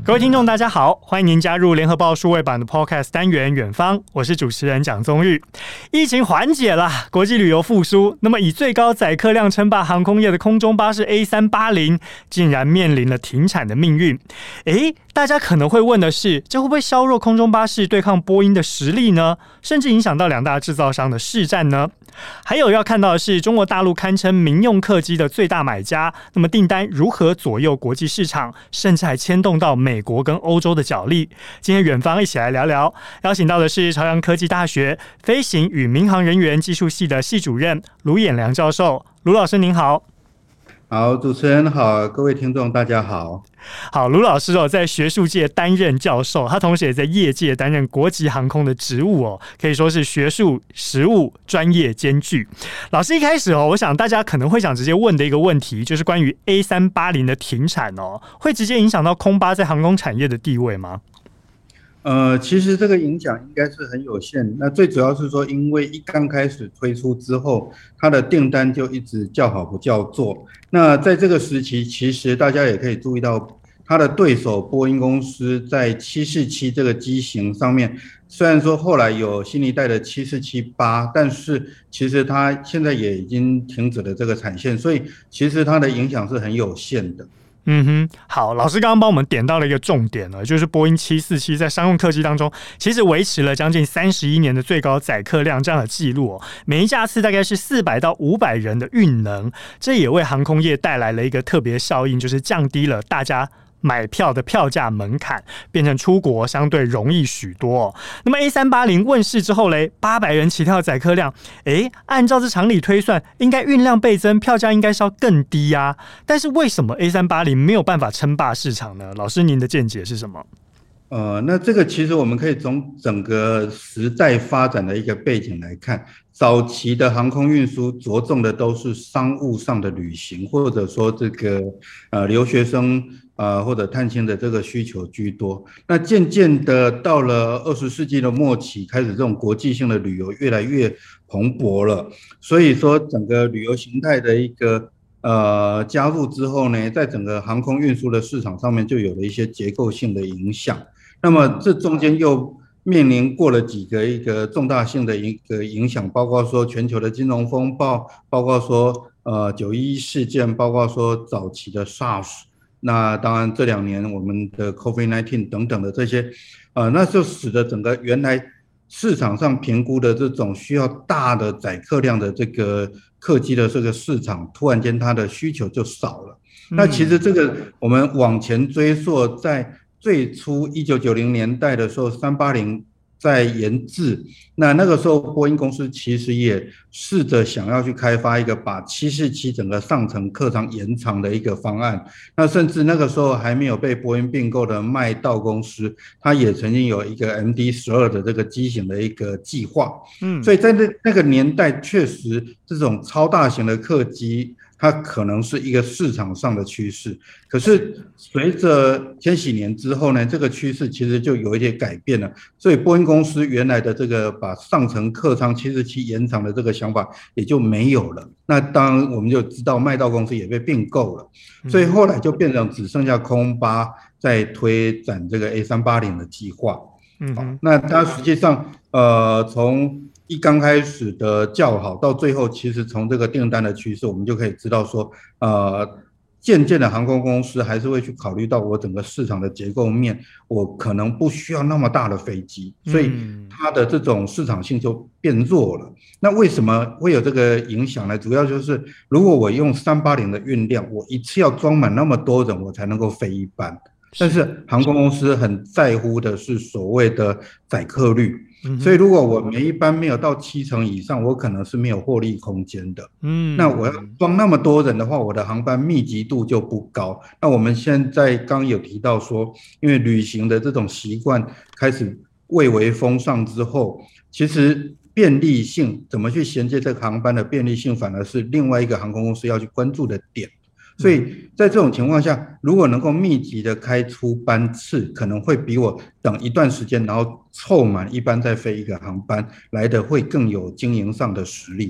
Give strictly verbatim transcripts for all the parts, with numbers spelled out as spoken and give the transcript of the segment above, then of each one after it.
各位听众大家好，欢迎您加入联合报数位版的 Podcast 单元远方，我是主持人蒋宗玉。疫情缓解了，国际旅游复苏，那么以最高载客量称霸航空业的空中巴士 A 三八零 竟然面临了停产的命运。诶，大家可能会问的是，这会不会削弱空中巴士对抗波音的实力呢？甚至影响到两大制造商的市占呢？还有要看到的是，中国大陆堪称民用客机的最大买家，那么订单如何左右国际市场，甚至还牵动到美国跟欧洲的角力。今天远方一起来聊聊，邀请到的是朝阳科技大学飞行与民航人员技术系的系主任卢衍良教授。卢老师您好。 好，主持人好，各位听众大家好。 好，卢老师哦，在学术界担任教授，他同时也在业界担任国际航空的职务哦，可以说是学术、实务、专业兼具。老师一开始哦，我想大家可能会想直接问的一个问题，就是关于 A 三八零 的停产哦，会直接影响到空巴在航空产业的地位吗？ 呃，其实这个影响应该是很有限。那最主要是说，因为一刚开始推出之后，它的订单就一直叫好不叫座。那在这个时期，其实大家也可以注意到，它的对手波音公司在七四七这个机型上面，虽然说后来有新一代的七四七八，但是其实它现在也已经停止了这个产线，所以其实它的影响是很有限的。 嗯哼，好，老师刚刚帮我们点到了一个重点了，就是波音七四七在商用客机当中，其实维持了将近三十一年的最高载客量这样的记录哦，每一架次大概是四百到五百人的运能，这也为航空业带来了一个特别效应，就是降低了大家买票的票价门槛，变成出国相对容易许多哦。那么 A 三八零 问世之后嘞，八百人起跳的载客量，诶，按照这常理推算，应该运量倍增，票价应该是要更低啊。但是为什么 A 三八零 没有办法称霸市场呢？老师您的见解是什么？ 呃，那这个其实我们可以从整个时代发展的一个背景来看，早期的航空运输着重的都是商务上的旅行，或者说这个呃留学生呃或者探亲的这个需求居多。那渐渐的到了二十世纪的末期，开始这种国际性的旅游越来越蓬勃了，所以说整个旅游形态的一个呃加入之后呢，在整个航空运输的市场上面就有了一些结构性的影响。那么这中间又面临过了几个一个重大性的一个影响，包括说全球的金融风暴，包括说呃九一一事件，包括说早期的 SARS， 那当然这两年我们的 COVID 十九 等等的这些，呃，那就使得整个原来市场上评估的这种需要大的载客量的这个客机的这个市场，突然间它的需求就少了。那其实这个我们往前追溯，在最初一九九零年代的时候，三八零在研制，那那个时候波音公司其实也试着想要去开发一个把七四七整个上层客舱延长的一个方案。那甚至那个时候还没有被波音并购的麦道公司，它也曾经有一个 M D 十二 的这个机型的一个计划。嗯，所以在那那个年代，确实这种超大型的客机，它可能是一个市场上的趋势。可是随着千禧年之后呢，这个趋势其实就有一点改变了，所以波音公司原来的这个把上层客舱七四七延长的这个想法也就没有了。那当然我们就知道麦道公司也被并购了，所以后来就变成只剩下空巴在推展这个 A 三八零 的计划。嗯，那它实际上呃从一刚开始的叫好，到最后其实从这个订单的趋势，我们就可以知道说，呃，渐渐的航空公司还是会去考虑到我整个市场的结构面，我可能不需要那么大的飞机，所以它的这种市场性就变弱了。那为什么会有这个影响呢？主要就是如果我用三八零的运量，我一次要装满那么多人，我才能够飞一班。但是航空公司很在乎的是所谓的载客率，所以如果我每一班没有到七成以上，我可能是没有获利空间的。嗯，那我要装那么多人的话，我的航班密集度就不高。那我们现在刚有提到说，因为旅行的这种习惯开始蔚为风尚之后，其实便利性怎么去衔接这个航班的便利性，反而是另外一个航空公司要去关注的点。所以在这种情况下，如果能够密集的开出班次，可能会比我等一段时间然后凑满一班再飞一个航班来的会更有经营上的实力。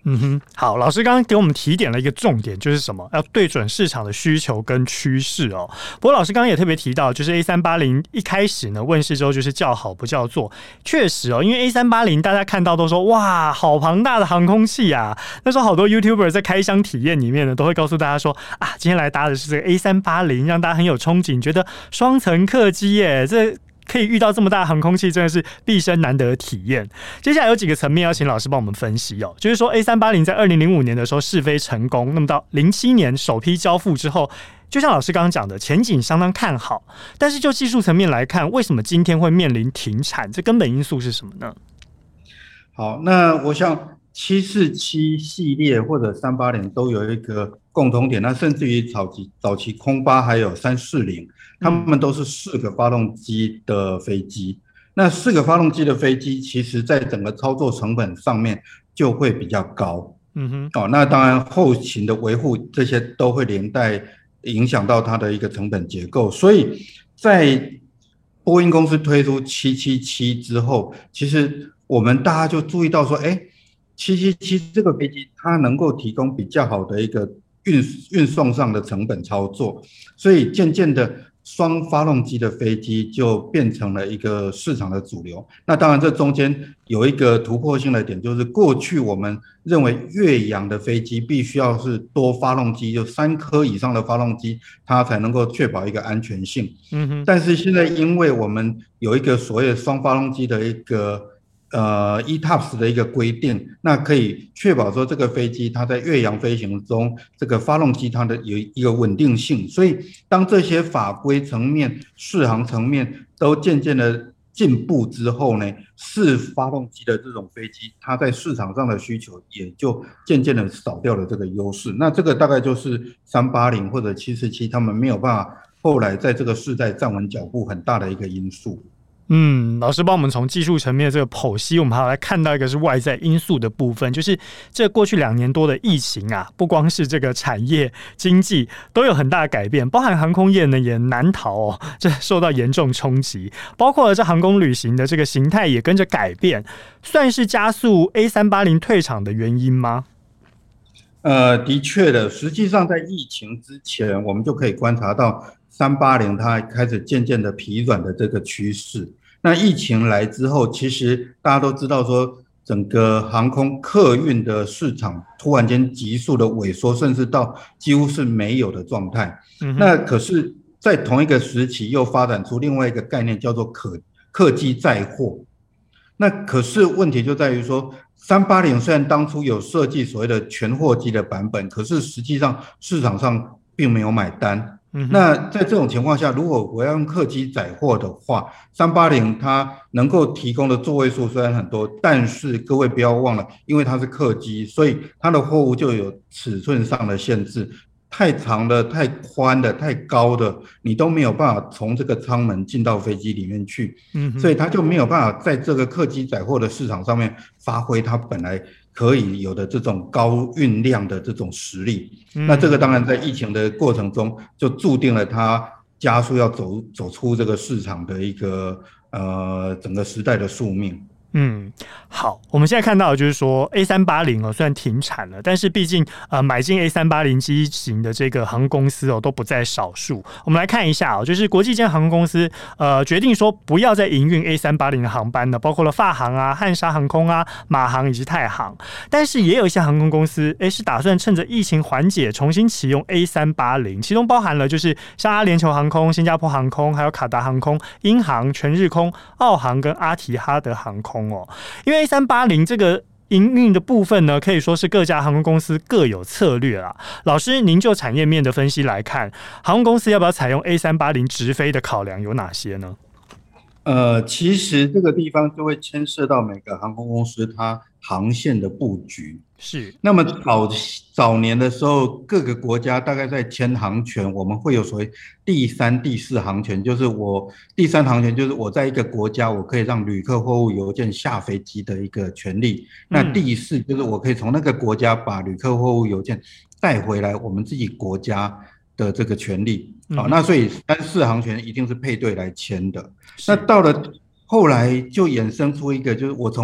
嗯哼，好，老师刚刚给我们提点了一个重点，就是什么？要对准市场的需求跟趋势哦。不过老师刚刚也特别提到，就是 A 三八零 一开始呢问世之后就是叫好不叫座，确实哦，因为 A 三八零 大家看到都说哇，好庞大的航空器啊。那时候好多 YouTuber 在开箱体验里面呢，都会告诉大家说啊，今天来搭的是这个 A 三八零，让大家很有憧憬，觉得双层客机耶，这可以遇到这么大的航空器，真的是毕生难得的体验。接下来有几个层面要请老师帮我们分析哦，就是说 A 三八零 在二零零五年的时候试飞成功，那么到零七年首批交付之后，就像老师刚刚讲的，前景相当看好。但是就技术层面来看，为什么今天会面临停产？这根本因素是什么呢？ 好，那我想七四七系列或者三八零都有一个共同点，那甚至于早期早期空巴还有三四零。他们都是四个发动机的飞机，那四个发动机的飞机，其实在整个操作成本上面就会比较高。嗯哼，哦，那当然后勤的维护这些都会连带影响到它的一个成本结构。所以在波音公司推出七七七之后，其实我们大家就注意到说，哎，七七七这个飞机它能够提供比较好的一个运运送上的成本操作，所以渐渐的。双发动机的飞机就变成了一个市场的主流。那当然，这中间有一个突破性的点，就是过去我们认为越洋的飞机必须要是多发动机，就三颗以上的发动机，它才能够确保一个安全性。嗯哼。但是现在，因为我们有一个所谓的双发动机的一个呃 E T A P S 的一个规定，那可以确保说这个飞机它在越洋飞行中，这个发动机它的有一个稳定性。所以当这些法规层面、适航层面都渐渐的进步之后呢，四发动机的这种飞机，它在市场上的需求也就渐渐的少掉了这个优势。那这个大概就是三八零或者七四七他们没有办法后来在这个世代站稳脚步很大的一个因素。 嗯，老师帮我们从技术层面的这个剖析，我们还要来看到一个是外在因素的部分，就是这过去两年多的疫情啊，不光是这个产业经济都有很大的改变，包含航空业呢也难逃哦，这受到严重冲击，包括了这航空旅行的这个形态也跟着改变，算是加速 A 三八零 退场的原因吗？ 呃，的确的，实际上在疫情之前，我们就可以观察到三八零它开始渐渐的疲软的这个趋势。那疫情来之后，其实大家都知道说，整个航空客运的市场突然间急速的萎缩，甚至到几乎是没有的状态。嗯、那可是，在同一个时期又发展出另外一个概念，叫做可客机载货。那可是问题就在于说，三八零虽然当初有设计所谓的全货机的版本，可是实际上市场上并没有买单。嗯、那在这种情况下，如果我要用客机载货的话，三八零它能够提供的座位数虽然很多，但是各位不要忘了，因为它是客机，所以它的货物就有尺寸上的限制。太长的、太宽的、太高的，你都没有办法从这个舱门进到飞机里面去，嗯，所以它就没有办法在这个客机载货的市场上面发挥它本来可以有的这种高运量的这种实力。嗯、那这个当然在疫情的过程中，就注定了它加速要走走出这个市场的一个呃整个时代的宿命。 嗯，好，我们现在看到的就是说 A 三八零 哦，虽然停产了，但是毕竟呃买进 A 三八零 机型的这个航空公司哦都不在少数。我们来看一下哦，就是国际间航空公司呃决定说不要再营运 A 三八零 的航班了，包括了法航啊、汉莎航空啊、马航以及太航。但是也有一些航空公司诶是打算趁着疫情缓解重新启用 A 三八零，其中包含了就是像阿联酋航空、新加坡航空、还有卡达航空、英航、全日空、澳航跟阿提哈德航空。因为 A 三八零 这个营运的部分呢，可以说是各家航空公司各有策略啦。老师，您就产业面的分析来看，航空公司要不要采用 A 三八零 直飞的考量有哪些呢？ 呃，其实这个地方就会牵涉到每个航空公司它航线的布局。 是， 那么早早年的时候，各个国家大概在签航权，我们会有所谓第三、第四航权，就是我第三航权就是我在一个国家，我可以让旅客货物邮件下飞机的一个权利。那第四就是我可以从那个国家把旅客货物邮件带回来我们自己国家的这个权利。好、嗯，那所以三四航权一定是配对来签的。那到了后来就衍生出一个，就是我从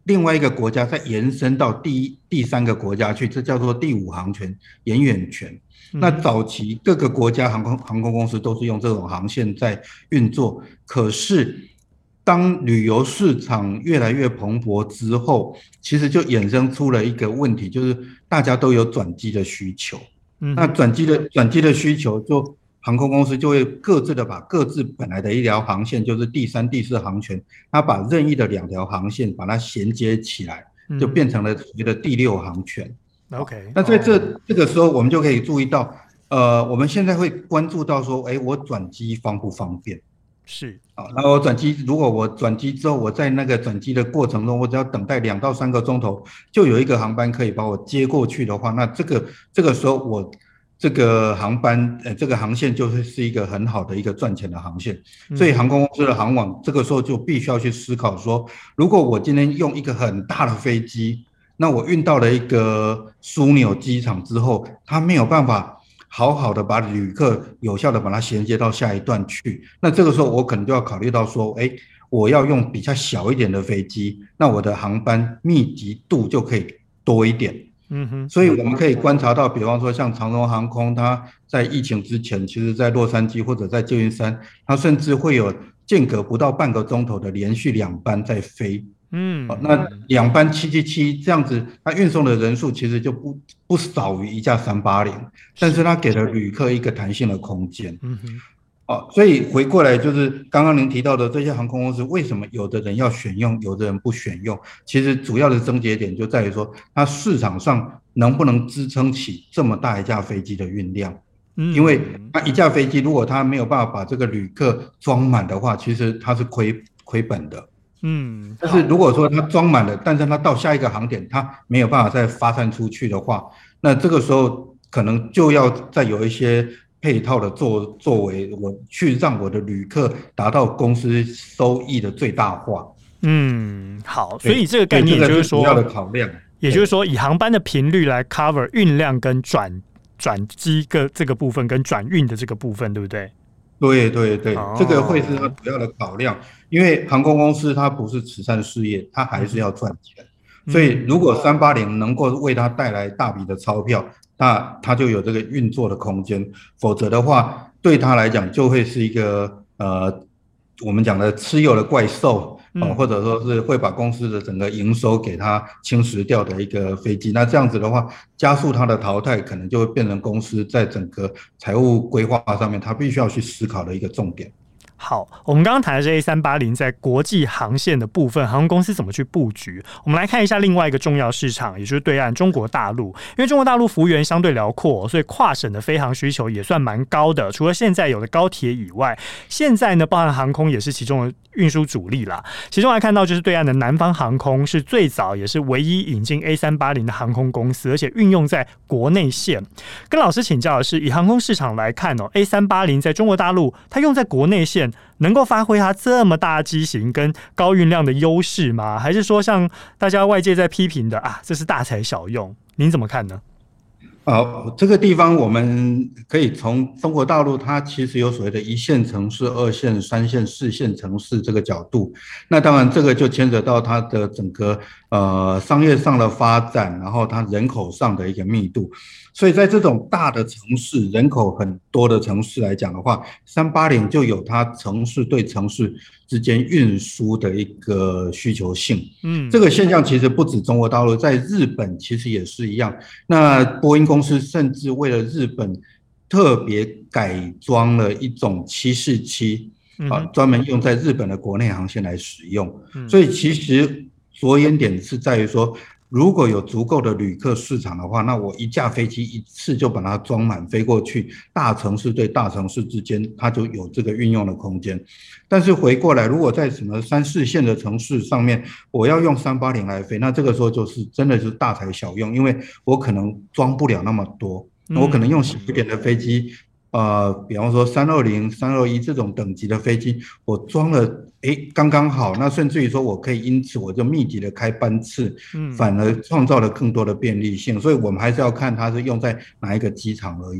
另外一个国家再延伸到第一、第三个国家去，这叫做第五航权、延远权。那早期各个国家航空航空公司都是用这种航线在运作，可是当旅游市场越来越蓬勃之后，其实就衍生出了一个问题，就是大家都有转机的需求。那转机的转机的需求，就航空公司就会各自的把各自本来的一条航线，就是第三、第四航权，它把任意的两条航线把它衔接起来，就变成了所谓的第六航权。 OK， 那在这这个时候，我们就可以注意到，呃，我们现在会关注到说，哎，我转机方不方便？ 是啊，那我转机，如果我转机之后，我在那个转机的过程中，我只要等待两到三个钟头，就有一个航班可以把我接过去的话，那这个这个时候我这个航班，呃，这个航线就会是一个很好的一个赚钱的航线。所以航空公司的航网这个时候就必须要去思考说，如果我今天用一个很大的飞机，那我运到了一个枢纽机场之后，它没有办法好好的把旅客有效的把它衔接到下一段去，那这个时候我可能就要考虑到说，哎，我要用比较小一点的飞机，那我的航班密集度就可以多一点。嗯哼，所以我们可以观察到，比方说像长荣航空，它在疫情之前，其实在洛杉矶或者在旧金山，它甚至会有间隔不到半个钟头的连续两班在飞。嗯，那两班七七七这样子，它运送的人数其实就不不少于一架三八零，但是它给了旅客一个弹性的空间。嗯哼，哦，所以回过来就是刚刚您提到的这些航空公司，为什么有的人要选用，有的人不选用？其实主要的症结点就在于说，它市场上能不能支撑起这么大一架飞机的运量？因为它一架飞机如果它没有办法把这个旅客装满的话，其实它是亏亏本的。嗯，但是如果说它装满了，但是它到下一个航点它没有办法再发散出去的话，那这个时候可能就要再有一些配套的作作为，我去让我的旅客达到公司收益的最大化。 嗯，好，所以这个概念就是说， 主要的考量， 也就是说以航班的频率来 cover 运量跟转转机个这个部分跟转运的这个部分，对不对？ 对对对，哦，这个会是它主要的考量，因为航空公司它不是慈善事业，它还是要赚钱，嗯，所以如果三八零能够为它带来大笔的钞票，那它就有这个运作的空间，否则的话，对它来讲就会是一个呃，我们讲的吃油的怪兽，哦，或者说是会把公司的整个营收给它侵蚀掉的一个飞机。那这样子的话，加速它的淘汰，可能就会变成公司在整个财务规划上面，它必须要去思考的一个重点。 好，我们刚刚谈的是 A 三八零 在国际航线的部分，航空公司怎么去布局？我们来看一下另外一个重要市场，也就是对岸中国大陆。因为中国大陆幅员相对辽阔，所以跨省的飞航需求也算蛮高的。除了现在有的高铁以外，现在呢，包含航空也是其中的运输主力啦。其中来看到就是对岸的南方航空是最早也是唯一引进 A 三八零 的航空公司，而且运用在国内线。跟老师请教的是，以航空市场来看哦 ，A 三八零 在中国大陆它用在国内线，能够发挥它这么大的机型跟高运量的优势吗？还是说像大家外界在批评的啊，这是大材小用？您怎么看呢？ 好，这个地方我们可以从中国大陆，它其实有所谓的一线城市、二线、三线、四线城市这个角度。那当然，这个就牵扯到它的整个呃商业上的发展，然后它人口上的一个密度。所以在这种大的城市、人口很多的城市来讲的话，三八零就有它城市对城市之间运输的一个需求性。嗯，这个现象其实不止中国大陆，在日本其实也是一样。那波音公司甚至为了日本特别改装了一种七四七，啊，专门用在日本的国内航线来使用。所以其实着眼点是在于说，如果有足够的旅客市场的话，那我一架飞机一次就把它装满飞过去，大城市对大城市之间它就有这个运用的空间。但是回过来，如果在什么三四线的城市上面，我要用三八零来飞，那这个时候就是真的是大材小用，因为我可能装不了那么多，我可能用小一点的飞机，呃，比方说三二零、三二一这种等级的飞机，我装了。哎，刚刚好，那甚至于说我可以因此我就密集的开班次，反而创造了更多的便利性，所以我们还是要看它是用在哪一个机场而言。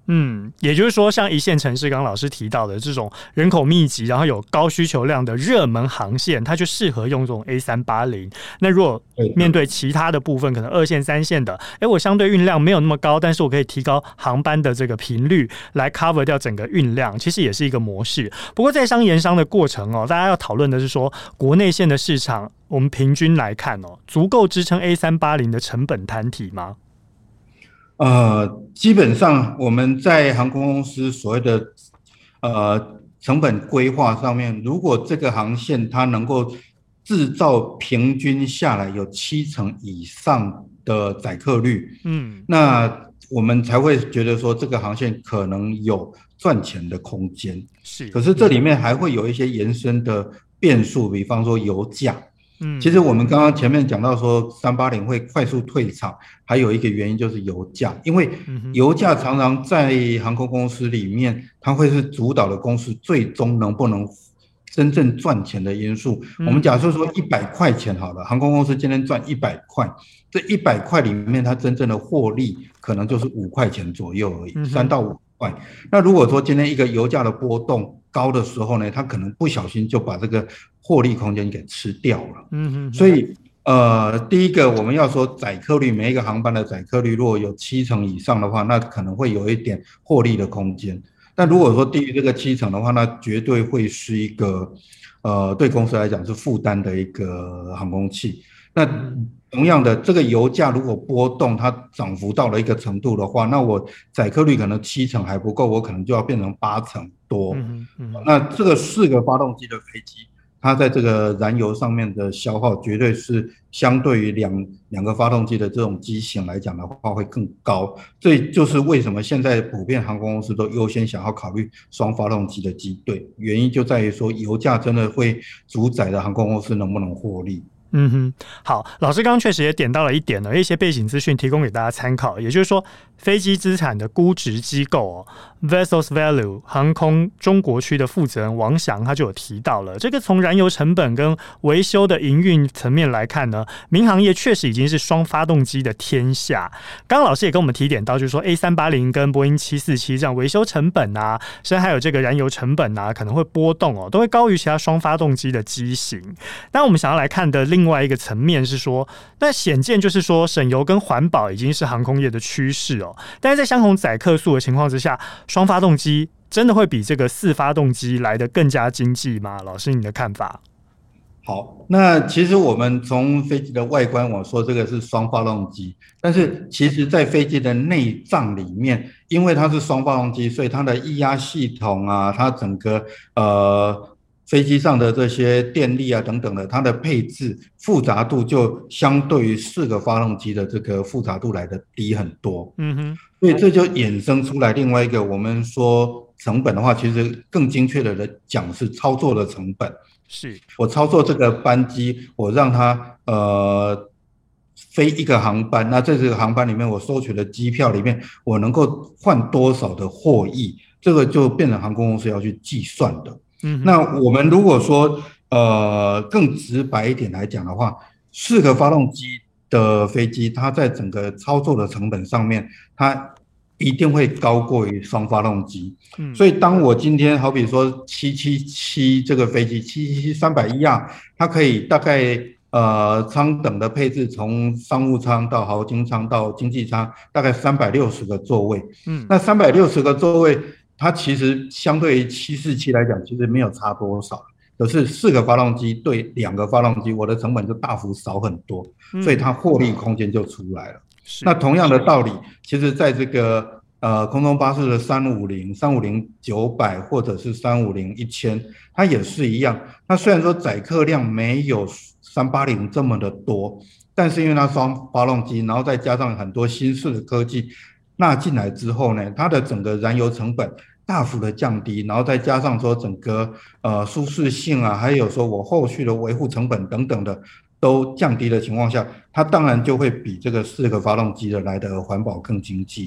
嗯，也就是说，像一线城市，刚刚老师提到的这种人口密集，然后有高需求量的热门航线，它就适合用这种 A 三八零。那如果面对其他的部分，可能二线、三线的，哎，我相对运量没有那么高，但是我可以提高航班的这个频率来 cover 掉整个运量，其实也是一个模式。不过在商言商的过程哦，大家要讨论的是说，国内线的市场，我们平均来看哦，足够支撑 A 三八零的成本摊体吗？ 呃，基本上我们在航空公司所谓的呃成本规划上面，如果这个航线它能够制造平均下来有七成以上的载客率，嗯，那我们才会觉得说这个航线可能有赚钱的空间。是，可是这里面还会有一些延伸的变数，比方说油价。嗯，其实我们刚刚前面讲到说三八零会快速退场，还有一个原因就是油价，因为油价常常在航空公司里面，它会是主导的公司最终能不能真正赚钱的因素。嗯、我们假设说一百块钱好了，航空公司今天赚一百块，这一百块里面它真正的获利可能就是五块钱左右而已，三到五块。那如果说今天一个油价的波动高的时候呢，它可能不小心就把这个获利空间给吃掉了。嗯，所以呃，第一个我们要说载客率，每一个航班的载客率如果有七成以上的话，那可能会有一点获利的空间。但如果说低于这个七成的话，那绝对会是一个呃对公司来讲是负担的一个航空器。那同样的，这个油价如果波动，它涨幅到了一个程度的话，那我载客率可能七成还不够，我可能就要变成八成多。嗯嗯、那这个四个发动机的飞机，它在这个燃油上面的消耗，绝对是相对于两两个发动机的这种机型来讲的话，会更高。这就是为什么现在普遍航空公司都优先想要考虑双发动机的机队，原因就在于说，油价真的会主宰的航空公司能不能获利。 嗯哼，好，老师刚刚确实也点到了一点呢，一些背景资讯提供给大家参考，也就是说，飞机资产的估值机构哦 ，Vessels Value 航空中国区的负责人王翔他就有提到了，这个从燃油成本跟维修的营运层面来看呢，民航业确实已经是双发动机的天下。刚刚老师也跟我们提点到，就是说 A 三八零 跟波音七四七这样维修成本啊，甚至还有这个燃油成本啊，可能会波动哦，都会高于其他双发动机的机型。那我们想要来看的另外一个层面是说，那显见就是说省油跟环保已经是航空业的趋势哦。但是在相同载客数的情况之下，双发动机真的会比这个四发动机来得更加经济吗？老师，你的看法？ 好，那其实我们从飞机的外观，我说这个是双发动机，但是其实在飞机的内脏里面，因为它是双发动机，所以它的液压系统啊，它整个呃。飞机上的这些电力啊等等的，它的配置复杂度就相对于四个发动机的这个复杂度来的低很多。嗯哼，所以这就衍生出来另外一个，我们说成本的话，其实更精确的讲是操作的成本。是我操作这个班机，我让它呃飞一个航班，那在这个航班里面，我收取的机票里面，我能够换多少的获益，这个就变成航空公司要去计算的。嗯，那我们如果说呃更直白一点来讲的话，四个发动机的飞机，它在整个操作的成本上面，它一定会高过于双发动机。嗯，所以当我今天好比说七七七这个飞机七七七三百一啊，它可以大概呃舱等的配置从商务舱到豪经舱到经济舱，大概三百六十个座位。嗯，那三百六十个座位。它其实相对于七四七来讲，其实没有差多少，可是四个发动机对两个发动机，我的成本就大幅少很多，所以它获利空间就出来了。嗯、那同样的道理，其实在这个呃空中巴士的三五零、三五零九百或者是三五零一千，它也是一样。那虽然说载客量没有三八零这么的多，但是因为它双发动机，然后再加上很多新式的科技纳进来之后呢，它的整个燃油成本大幅的降低，然后再加上说整个呃舒适性啊，还有说我后续的维护成本等等的都降低的情况下，它当然就会比这个四个发动机的来的环保更经济了。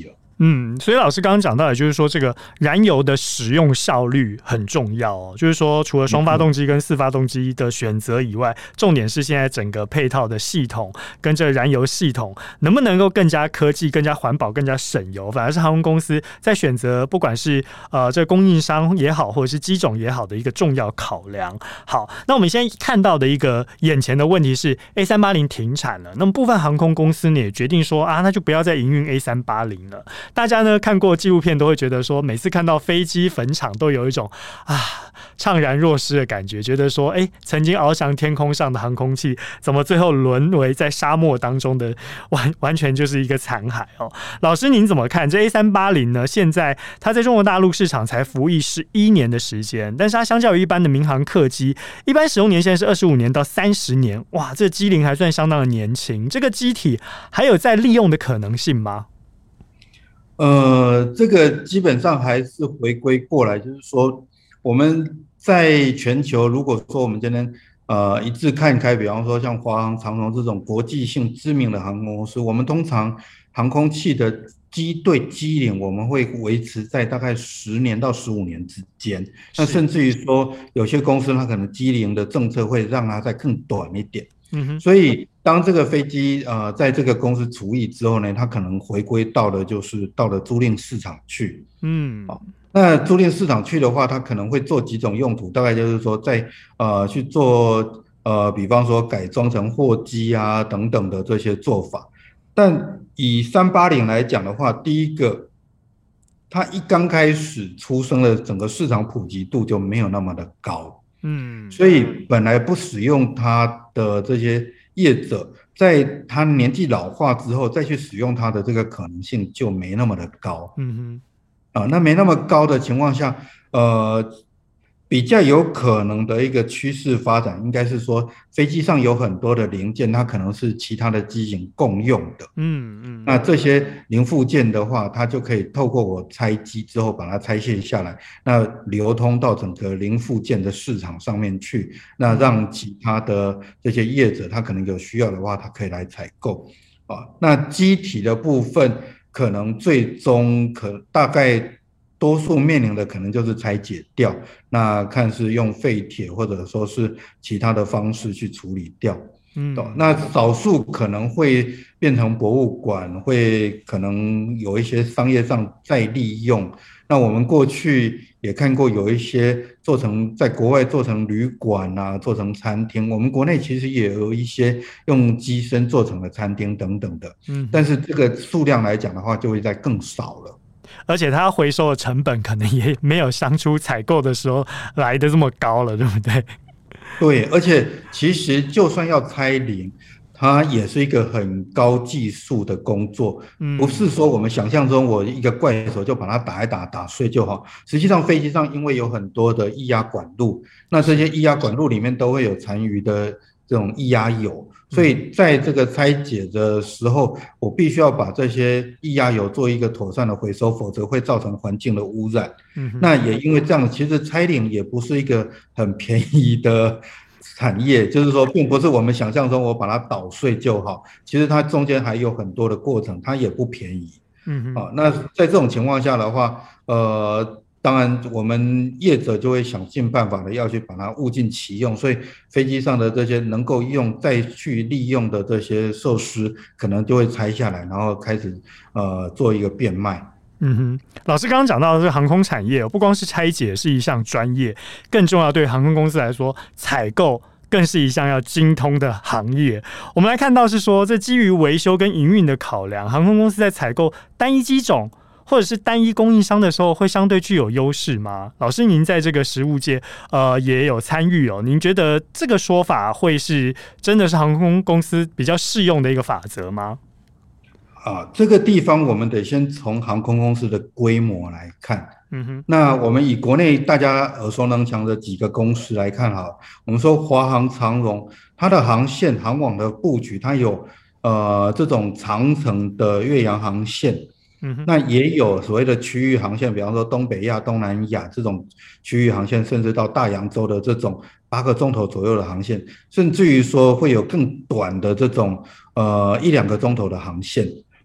嗯，所以老师刚刚讲到，也就是说，这个燃油的使用效率很重要哦。就是说，除了双发动机跟四发动机的选择以外，重点是现在整个配套的系统跟这个燃油系统能不能够更加科技、更加环保、更加省油，反而是航空公司在选择不管是呃这个供应商也好，或者是机种也好的一个重要考量。好，那我们现在看到的一个眼前的问题是 A 三八零 停产了，那么部分航空公司呢也决定说啊，那就不要再营运 A 三八零了。大家呢看过纪录片都会觉得说，每次看到飞机坟场都有一种啊怅然若失的感觉，觉得说，哎，曾经翱翔天空上的航空器，怎么最后沦为在沙漠当中的完完全就是一个残骸哦。老师您怎么看这 A 三八零 呢？现在它在中国大陆市场才服役十一年的时间，但是它相较于一般的民航客机，一般使用年限是二十五年到三十年，哇，这机龄还算相当的年轻，这个机体还有再利用的可能性吗？ 呃，这个基本上还是回归过来，就是说我们在全球，如果说我们今天呃一致看开，比方说像华航、长荣这种国际性知名的航空公司，我们通常航空器的机队机龄我们会维持在大概十年到十五年之间，那甚至于说有些公司它可能机龄的政策会让它再更短一点。嗯哼，所以当这个飞机呃在这个公司除役之后呢，它可能回归到的就是到了租赁市场去。嗯，好，那租赁市场去的话，它可能会做几种用途，大概就是说在呃去做呃比方说改装成货机啊等等的这些做法。但以三八零来讲的话，第一个，它一刚开始出生的整个市场普及度就没有那么的高。嗯，所以本来不使用它的这些业者，在他年纪老化之后再去使用它的这个可能性就没那么的高。嗯哼，啊，那没那么高的情况下，呃，比较有可能的一个趋势发展，应该是说飞机上有很多的零件，它可能是其他的机型共用的。嗯嗯，那这些零附件的话，它就可以透过我拆机之后把它拆卸下来，那流通到整个零附件的市场上面去，那让其他的这些业者，他可能有需要的话，他可以来采购。啊，那机体的部分可能最终可大概多数面临的可能就是拆解掉，那看是用废铁或者说是其他的方式去处理掉。嗯，那少数可能会变成博物馆，会可能有一些商业上再利用。那我们过去也看过有一些做成在国外做成旅馆啊，做成餐厅，我们国内其实也有一些用机身做成的餐厅等等的。嗯，但是这个数量来讲的话，就会再更少了。 而且它回收的成本可能也没有当初采购的时候来的这么高了，对不对？ 对，而且其实就算要拆零，它也是一个很高技术的工作，不是说我们想象中我一个怪手就把它打一打打碎就好。实际上飞机上因为有很多的液压管路，那这些液压管路里面都会有残余的这种液压油，所以在这个拆解的时候，我必须要把这些液压油做一个妥善的回收，否则会造成环境的污染。嗯，那也因为这样，其实拆零也不是一个很便宜的产业，就是说并不是我们想象中我把它捣碎就好，其实它中间还有很多的过程，它也不便宜。嗯，啊，那在这种情况下的话，呃当然我们业者就会想尽办法的要去把它物尽其用，所以飞机上的这些能够用再去利用的这些设施可能就会拆下来，然后开始呃做一个变卖。 嗯哼，老师刚刚讲到的这个航空产业，不光是拆解是一项专业，更重要对航空公司来说，采购更是一项要精通的行业。我们来看到是说，这基于维修跟营运的考量，航空公司在采购单一机种或者是单一供应商的时候，会相对具有优势吗？老师，您在这个实务界呃也有参与哦，您觉得这个说法会是真的是航空公司比较适用的一个法则吗？ 啊，这个地方我们得先从航空公司的规模来看。嗯哼，那我们以国内大家耳熟能详的几个公司来看好，我们说华航、长荣，它的航线、航网的布局，它有呃这种长程的越洋航线。嗯哼，那也有所谓的区域航线，比方说东北亚、东南亚这种区域航线，甚至到大洋洲的这种八个钟头左右的航线，甚至于说会有更短的这种呃一两个钟头的航线。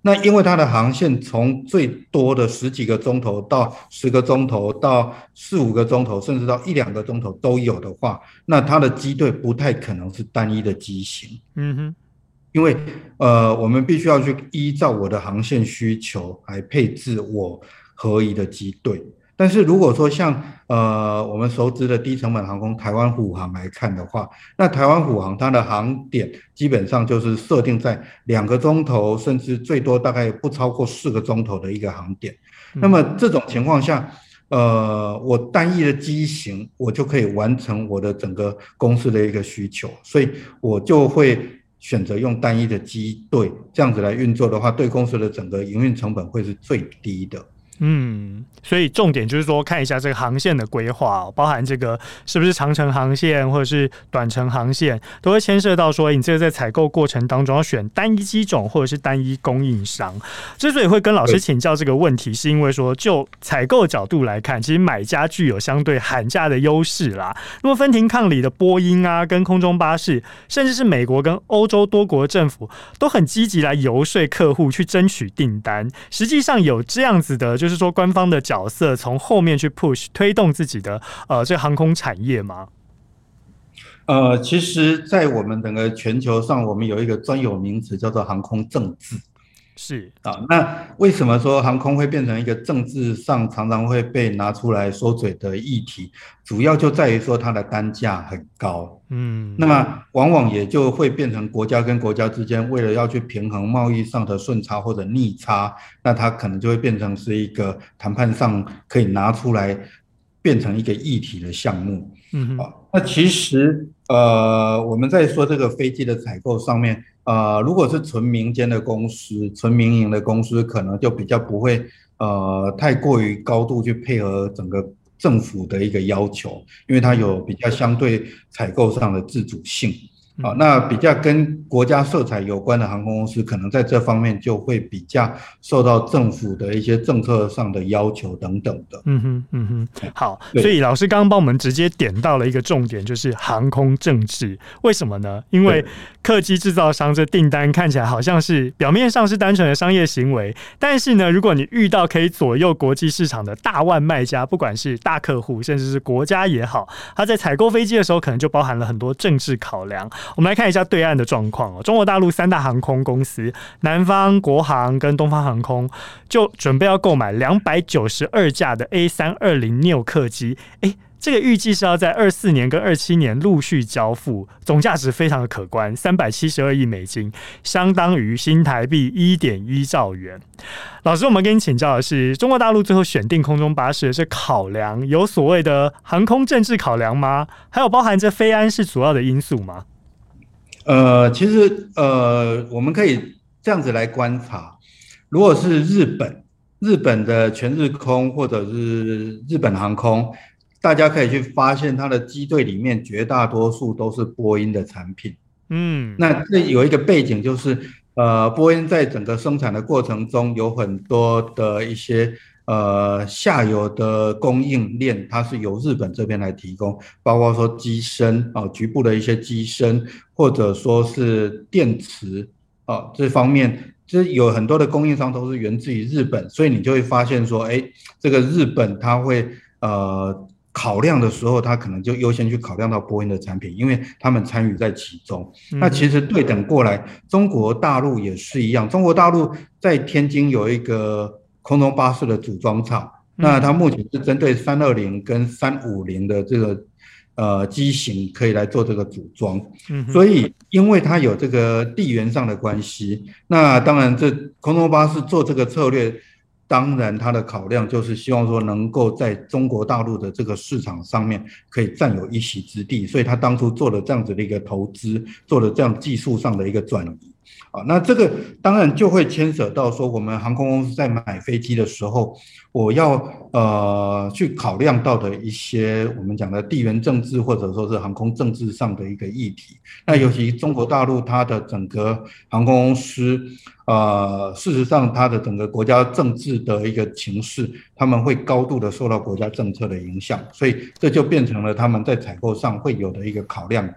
那因为它的航线从最多的十几个钟头到十个钟头到四五个钟头，甚至到一两个钟头都有的话，那它的机队不太可能是单一的机型。 嗯哼， 因为呃，我们必须要去依照我的航线需求来配置我合宜的机队。但是如果说像呃我们熟知的低成本航空台湾虎航来看的话，那台湾虎航它的航点基本上就是设定在两个钟头，甚至最多大概不超过四个钟头的一个航点。嗯、那么这种情况下，呃，我单一的机型我就可以完成我的整个公司的一个需求，所以我就会选择用单一的机队，这样子来运作的话，对公司的整个营运成本会是最低的。 嗯，所以重点就是说看一下这个航线的规划、哦，包含这个是不是长程航线或者是短程航线，都会牵涉到说你这个在采购过程当中要选单一机种或者是单一供应商。之所以会跟老师请教这个问题，是因为说就采购角度来看，其实买家具有相对喊价的优势啦。那么分庭抗礼的波音啊，跟空中巴士，甚至是美国跟欧洲多国政府都很积极来游说客户去争取订单。实际上有这样子的，就是说官方的角色从后面去 push 推动自己的呃这个航空产业吗？ 呃，其实，在我们整个全球上，我们有一个专有名词叫做航空政治。 是啊，那为什么说航空会变成一个政治上常常会被拿出来说嘴的议题？主要就在于说它的单价很高，嗯，那么往往也就会变成国家跟国家之间为了要去平衡贸易上的顺差或者逆差，那它可能就会变成是一个谈判上可以拿出来变成一个议题的项目。嗯，啊，那其实呃我们在说这个飞机的采购上面。呃，如果是纯民间的公司、纯民营的公司，可能就比较不会呃太过于高度去配合整个政府的一个要求，因为它有比较相对采购上的自主性。啊，那比较跟国家色彩有关的航空公司，可能在这方面就会比较受到政府的一些政策上的要求等等的。 嗯哼，嗯哼，好，所以老师刚刚帮我们直接点到了一个重点，就是航空政治。为什么呢？因为客机制造商这订单看起来好像是表面上是单纯的商业行为，但是呢，如果你遇到可以左右国际市场的大腕卖家，不管是大客户，甚至是国家也好，他在采购飞机的时候，可能就包含了很多政治考量。我们来看一下对岸的状况哦。中国大陆三大航空公司南方、国航跟东方航空就准备要购买两百九十二架的 A 三二零 neo 客机，哎，这个预计是要在二四年跟二七年陆续交付，总价值非常的可观，三百七十二亿美金，相当于新台币 一点一兆元。老师，我们跟你请教的是，中国大陆最后选定空中巴士的是考量有所谓的航空政治考量吗？还有包含这飞安是主要的因素吗？ 呃，其实呃，我们可以这样子来观察，如果是日本，日本的全日空或者是日本航空，大家可以去发现它的机队里面绝大多数都是波音的产品。嗯，那这有一个背景就是，呃，波音在整个生产的过程中有很多的一些。呃，下游的供应链它是由日本这边来提供，包括说机身啊、呃，局部的一些机身，或者说是电池啊、呃、这方面，就是有很多的供应商都是源自于日本，所以你就会发现说，哎，这个日本它会呃考量的时候，它可能就优先去考量到波音的产品，因为他们参与在其中。嗯、那其实对等过来，中国大陆也是一样，中国大陆在天津有一个。空中巴士的组装厂，那它目前是针对三二零跟三五零的这个呃机型可以来做这个组装，嗯，所以因为它有这个地缘上的关系，那当然这空中巴士做这个策略，当然它的考量就是希望说能够在中国大陆的这个市场上面可以占有一席之地，所以它当初做了这样子的一个投资，做了这样技术上的一个转移。啊，那这个当然就会牵扯到说，我们航空公司在买飞机的时候，我要呃去考量到的一些我们讲的地缘政治或者说是航空政治上的一个议题。那尤其中国大陆它的整个航空公司，呃，事实上它的整个国家政治的一个情势，他们会高度的受到国家政策的影响，所以这就变成了他们在采购上会有的一个考量点。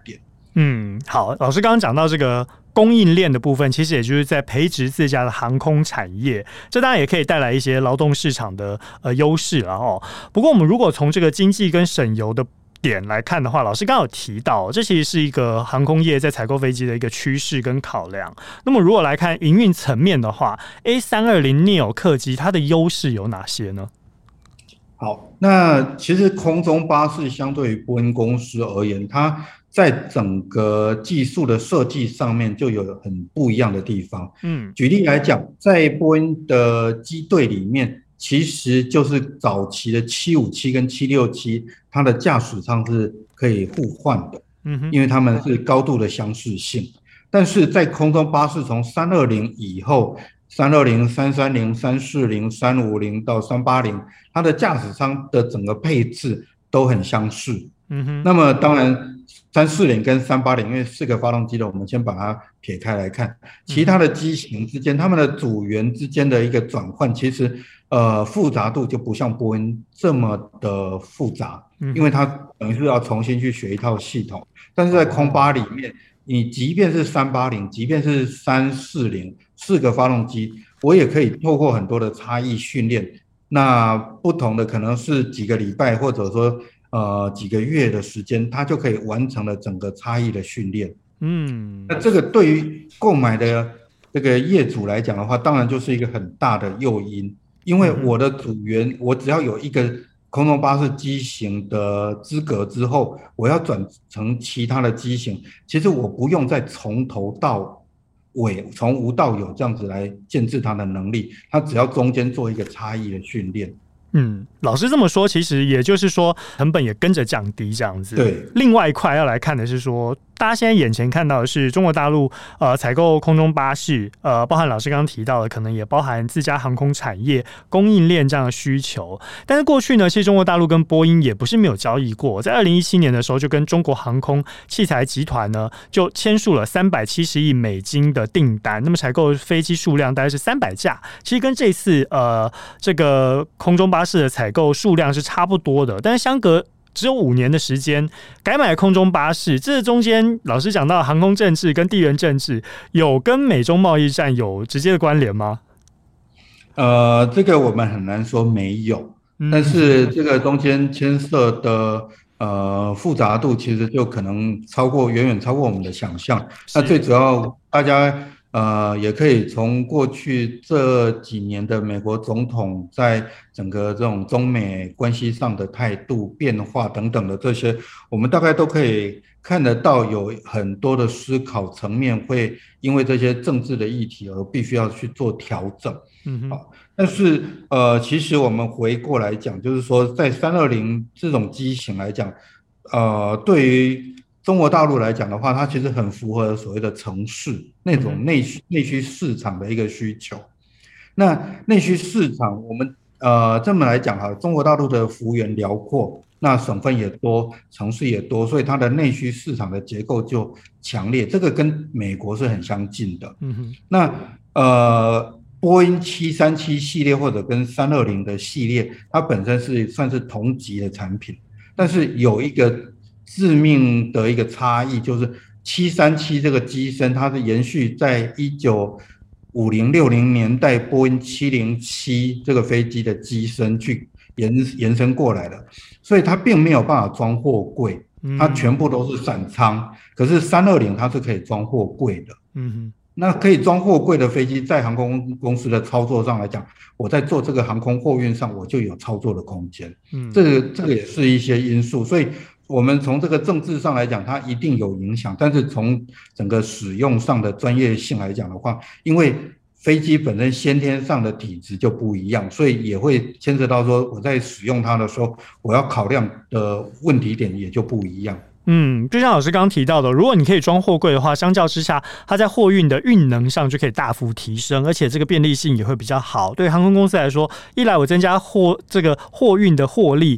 嗯，好，老师刚刚讲到这个供应链的部分，其实也就是在培植自家的航空产业，这当然也可以带来一些劳动市场的呃优势了哦。不过我们如果从这个经济跟省油的点来看的话，老师刚刚有提到，这其实是一个航空业在采购飞机的一个趋势跟考量。那么如果来看营运层面的话 ，A 三二零 neo 客机它的优势有哪些呢？ 好，那其实空中巴士相对于波音公司而言，它在整个技术的设计上面就有很不一样的地方。嗯，举例来讲，在波音的机队里面，其实就是早期的七五七跟七六七，它的驾驶舱是可以互换的，嗯，因为它们是高度的相似性。但是在空中巴士从三二零以后，三二零、三三零、三四零、三五零到三八零，它的驾驶舱的整个配置都很相似。嗯哼，那么当然三四零跟三八零，因为四个发动机的，我们先把它撇开来看，其他的机型之间，它们的组员之间的一个转换，其实呃复杂度就不像波音这么的复杂，因为它等于是要重新去学一套系统。但是在空巴里面，你即便是三八零，即便是三四零，四个发动机，我也可以透过很多的差异训练，那不同的可能是几个礼拜，或者说呃几个月的时间，它就可以完成了整个差异的训练。嗯，那这个对于购买的这个业主来讲的话，当然就是一个很大的诱因，因为我的组员，我只要有一个空中巴士机型的资格之后，我要转成其他的机型，其实我不用再从头到尾，从无到有这样子来建制它的能力，它只要中间做一个差异的训练。 嗯，老师这么说，其实也就是说成本也跟着降低这样子。 对， 另外一块要来看的是说，大家现在眼前看到的是中国大陆呃采购空中巴士，呃，包含老师刚刚提到的，可能也包含自家航空产业供应链这样的需求。但是过去呢，其实中国大陆跟波音也不是没有交易过，在二零一七年的时候，就跟中国航空器材集团呢就签署了三百七十亿美金的订单，那么采购飞机数量大概是三百架，其实跟这次呃这个空中巴士的采购数量是差不多的，但是相隔只有五年的时间改买空中巴士，这中间老师讲到航空政治跟地缘政治有跟美中贸易战有直接的关联吗？ 呃，这个我们很难说没有，但是这个中间牵涉的呃复杂度其实就可能超过远远超过我们的想象。那最主要大家呃，也可以从过去这几年的美国总统在整个这种中美关系上的态度变化等等的这些，我们大概都可以看得到，有很多的思考层面会因为这些政治的议题而必须要去做调整。嗯哼，但是呃，其实我们回过来讲，就是说在三二零这种机型来讲，呃，对于中国大陆来讲的话，它其实很符合所谓的城市那种内需内需市场的一个需求。那内需市场，我们呃这么来讲哈，中国大陆的幅员辽阔，那省份也多，城市也多，所以它的内需市场的结构就强烈，这个跟美国是很相近的。嗯哼，那呃波音七三七系列或者跟三二零的系列，它本身是算是同级的产品，但是有一个致命的一个差异，就是七三七这个机身，它是延续在一九五零六零年代波音七零七这个飞机的机身去延延伸过来的，所以它并没有办法装货柜，它全部都是散舱。可是三二零它是可以装货柜的。嗯哼，那可以装货柜的飞机，在航空公司的操作上来讲，我在做这个航空货运上，我就有操作的空间。嗯，这个这个也是一些因素，所以我们从这个政治上来讲，它一定有影响，但是从整个使用上的专业性来讲的话，因为飞机本身先天上的体质就不一样，所以也会牵涉到说我在使用它的时候，我要考量的问题点也就不一样。 嗯，就像老师刚刚提到的，如果你可以装货柜的话，相较之下，它在货运的运能上就可以大幅提升，而且这个便利性也会比较好。对航空公司来说，一来我增加货这个货运的获利，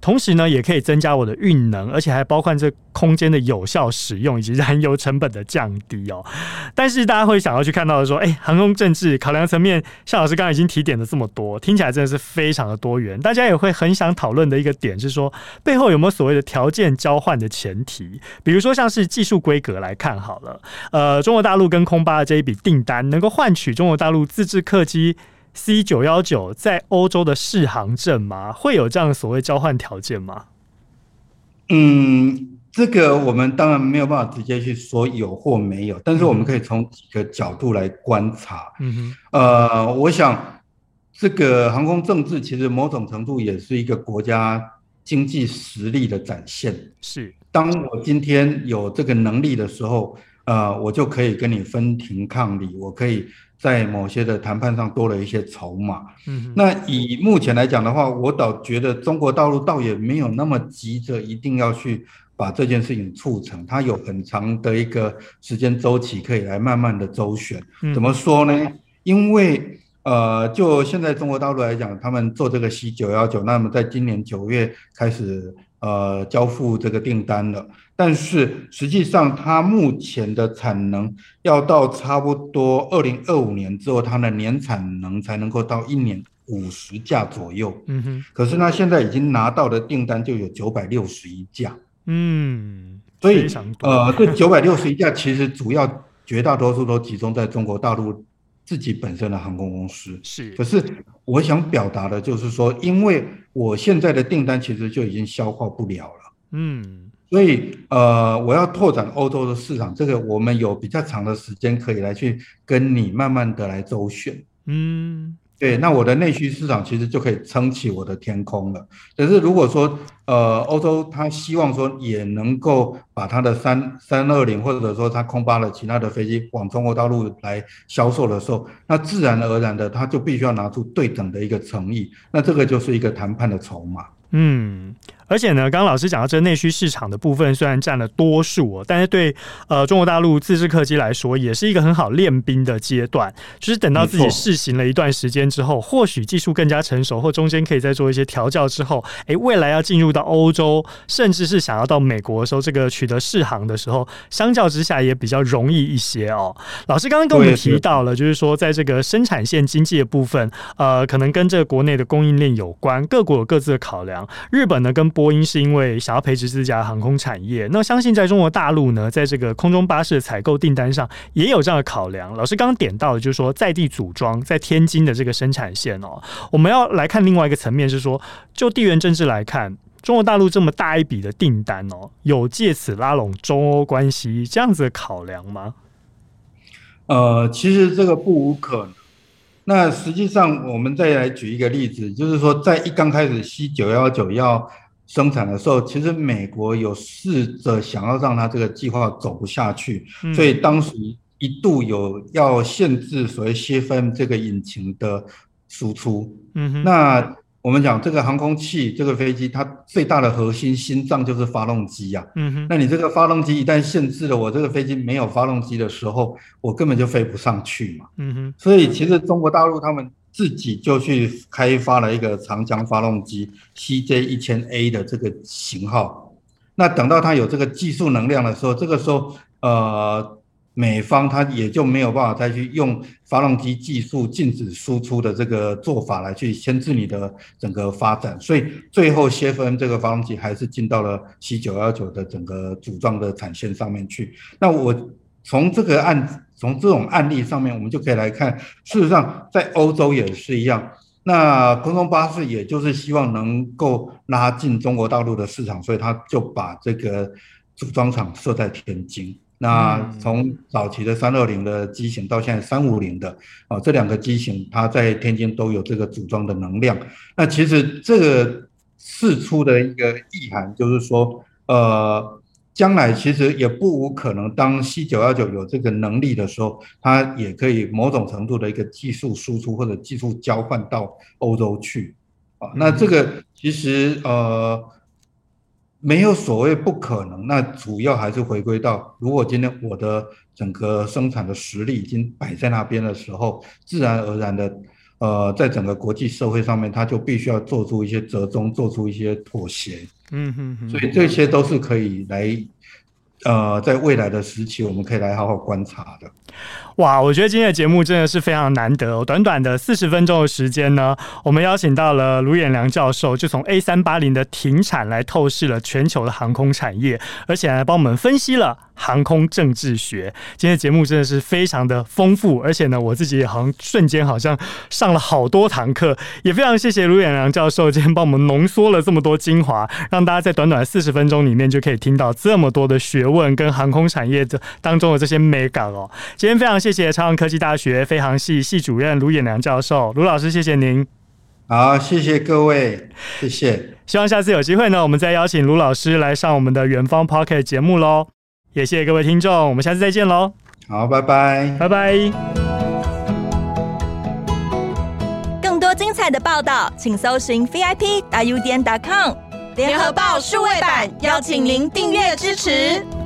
同时呢也可以增加我的运能，而且还包括这空间的有效使用以及燃油成本的降低哦。但是大家会想要去看到的说，哎，航空政治考量层面，像老师刚刚已经提点了这么多，听起来真的是非常的多元。大家也会很想讨论的一个点是说，背后有没有所谓的条件交换的前提？比如说像是技术规格来看好了，呃，中国大陆跟空巴的这一笔订单，能够换取中国大陆自制客机 C 九一九 在欧洲的适航证吗？会有这样所谓交换条件吗？ 嗯。这个我们当然没有办法直接去说有或没有，但是我们可以从几个角度来观察。嗯哼，呃，我想这个航空政治其实某种程度也是一个国家经济实力的展现。是，当我今天有这个能力的时候，呃，我就可以跟你分庭抗礼，我可以在某些的谈判上多了一些筹码。嗯，那以目前来讲的话，我倒觉得中国大陆倒也没有那么急着一定要去把这件事情促成，它有很长的一个时间周期可以来慢慢的周旋。怎么说呢？因为呃，就现在中国大陆来讲，他们做这个 C 九一九，那么在今年九月开始呃交付这个订单了，但是实际上它目前的产能要到差不多二零二五年之后，它的年产能才能够到一年五十架左右。嗯哼，可是它现在已经拿到的订单就有九百六十一架。嗯，所以呃，这九百六十一架其实主要绝大多数都集中在中国大陆自己本身的航空公司。是，可是我想表达的就是说，因为我现在的订单其实就已经消化不了了。嗯，所以呃，我要拓展欧洲的市场，这个我们有比较长的时间可以来去跟你慢慢的来周旋。嗯。对，那我的内需市场其实就可以撑起我的天空了。可是如果说，呃，欧洲他希望说也能够把他的三三二零或者说他空巴的其他的飞机往中国大陆来销售的时候，那自然而然的他就必须要拿出对等的一个诚意，那这个就是一个谈判的筹码。嗯。而且呢，刚刚老师讲到这内需市场的部分，虽然占了多数哦，但是对呃中国大陆自制客机来说，也是一个很好练兵的阶段。就是等到自己试行了一段时间之后，或许技术更加成熟，或中间可以再做一些调教之后，哎，未来要进入到欧洲，甚至是想要到美国的时候，这个取得适航的时候，相较之下也比较容易一些哦。老师刚刚跟我们提到了，就是说在这个生产线经济的部分，呃，可能跟这个国内的供应链有关，各国有各自的考量。日本呢跟波音是因为想要培植自家航空产业，那相信在中国大陆呢，在这个空中巴士的采购订单上也有这样的考量。老师刚刚点到的就是说在地组装在天津的这个生产线哦，我们要来看另外一个层面是说，就地缘政治来看，中国大陆这么大一笔的订单哦，有借此拉拢中欧关系这样子的考量吗？呃，其实这个不无可能。那实际上我们再来举一个例子，就是说在一刚开始 C 九一九要生产的时候，其实美国有试着想要让它这个计划走不下去，嗯、所以当时一度有要限制所谓 C F M 这个引擎的输出。嗯哼，那我们讲这个航空器这个飞机，它最大的核心心脏就是发动机啊。嗯哼，那你这个发动机一旦限制了我这个飞机没有发动机的时候，我根本就飞不上去嘛。嗯哼，所以其实中国大陆他们自己就去开发了一个长江发动机 C J 一千 A 的这个型号。那等到它有这个技术能量的时候，这个时候呃。美方它也就没有办法再去用发动机技术禁止输出的这个做法来去牵制你的整个发展，所以最后 C F M 这个发动机还是进到了 C 九一九的整个组装的产线上面去。那我从这个案从这种案例上面，我们就可以来看，事实上在欧洲也是一样。那空中巴士也就是希望能够拉进中国大陆的市场，所以他就把这个组装厂设在天津。那从早期的三二零的机型到现在三五零的，哦，这两个机型它在天津都有这个组装的能量。那其实这个释出的一个意涵就是说，呃，将来其实也不无可能，当 C 九一九有这个能力的时候，它也可以某种程度的一个技术输出或者技术交换到欧洲去。啊，那这个其实呃。没有所谓不可能，那主要还是回归到，如果今天我的整个生产的实力已经摆在那边的时候，自然而然的， 呃，在整个国际社会上面，它就必须要做出一些折中，做出一些妥协。 嗯哼哼， 所以这些都是可以来，呃，在未来的时期，我们可以来好好观察的。 哇，我觉得今天的节目真的是非常难得哦！短短的四十分钟的时间呢，我们邀请到了卢衍良教授，就从 A 三八零 的停产来透视了全球的航空产业，而且还帮我们分析了航空政治学。今天的节目真的是非常的丰富，而且呢，我自己也好像瞬间好像上了好多堂课，也非常谢谢卢衍良教授今天帮我们浓缩了这么多精华，让大家在短短的四十分钟里面就可以听到这么多的学问跟航空产业当中的这些美感哦。今天非常谢谢超航科技大学飞航系系主任卢衍良教授，卢老师，谢谢您。 好，谢谢各位，谢谢。 希望下次有机会呢，我们再邀请卢老师来上我们的远方 Podcast 节目喽。也谢谢各位听众，我们下次再见喽。 好，拜拜， 拜拜。 更多精彩的报道，请搜寻 V I P 大 U 点 com 联合报数位版，邀请您订阅支持。